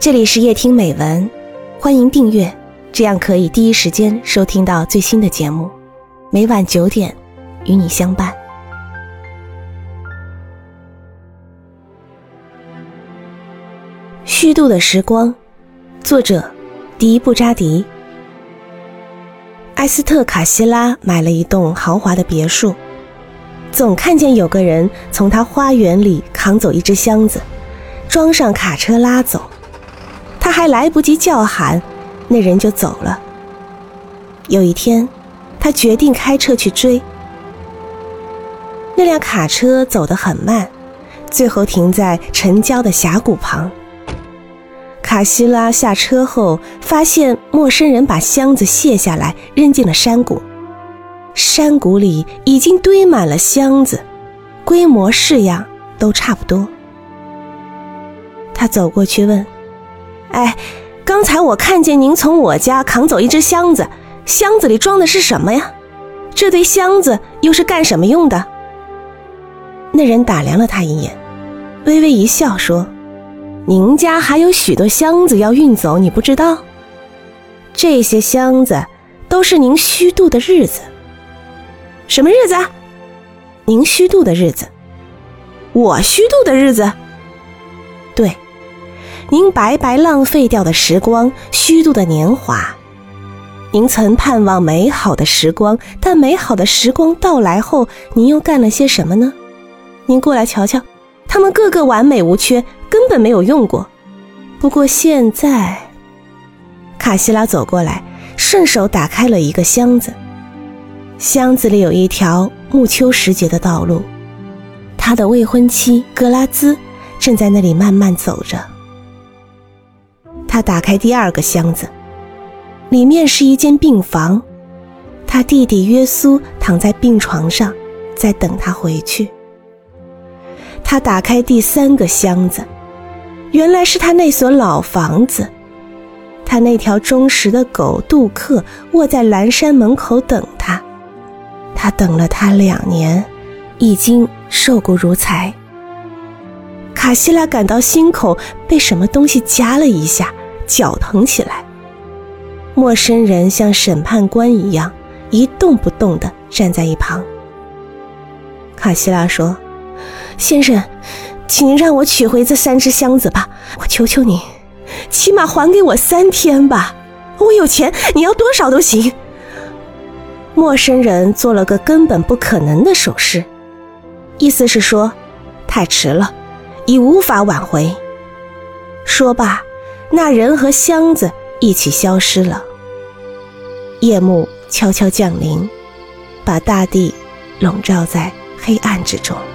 这里是夜听美文，欢迎订阅，这样可以第一时间收听到最新的节目，每晚9点与你相伴。虚度的时光，作者迪布扎迪。埃斯特卡西拉买了一栋豪华的别墅，总看见有个人从他花园里扛走一只箱子，装上卡车拉走。他还来不及叫喊，那人就走了。有一天，他决定开车去追。那辆卡车走得很慢，最后停在城郊的峡谷旁。卡西拉下车后，发现陌生人把箱子卸下来扔进了山谷。山谷里已经堆满了箱子，规模式样都差不多。他走过去问：刚才我看见您从我家扛走一只箱子，箱子里装的是什么呀？这堆箱子又是干什么用的？那人打量了他一眼，微微一笑说：您家还有许多箱子要运走，你不知道？这些箱子都是您虚度的日子。什么日子？您虚度的日子。我虚度的日子？对，您白白浪费掉的时光，虚度的年华。您曾盼望美好的时光，但美好的时光到来后，您又干了些什么呢？您过来瞧瞧，它们个个完美无缺，根本没有用过。不过现在，卡西拉走过来，顺手打开了一个箱子，箱子里有一条暮秋时节的道路，他的未婚妻格拉兹正在那里慢慢走着。他打开第二个箱子，里面是一间病房，他弟弟约苏躺在病床上，在等他回去。他打开第三个箱子，原来是他那所老房子，他那条忠实的狗杜克卧在蓝山门口等他，他等了他2年，已经瘦骨如柴。卡西拉感到心口被什么东西夹了一下，绞疼起来。陌生人像审判官一样一动不动地站在一旁。卡西拉说：先生，请您让我取回这3只箱子吧，我求求你，起码还给我3天吧，我有钱，你要多少都行。陌生人做了个根本不可能的手势，意思是说太迟了，已无法挽回。说罢，那人和箱子一起消失了。夜幕悄悄降临，把大地笼罩在黑暗之中。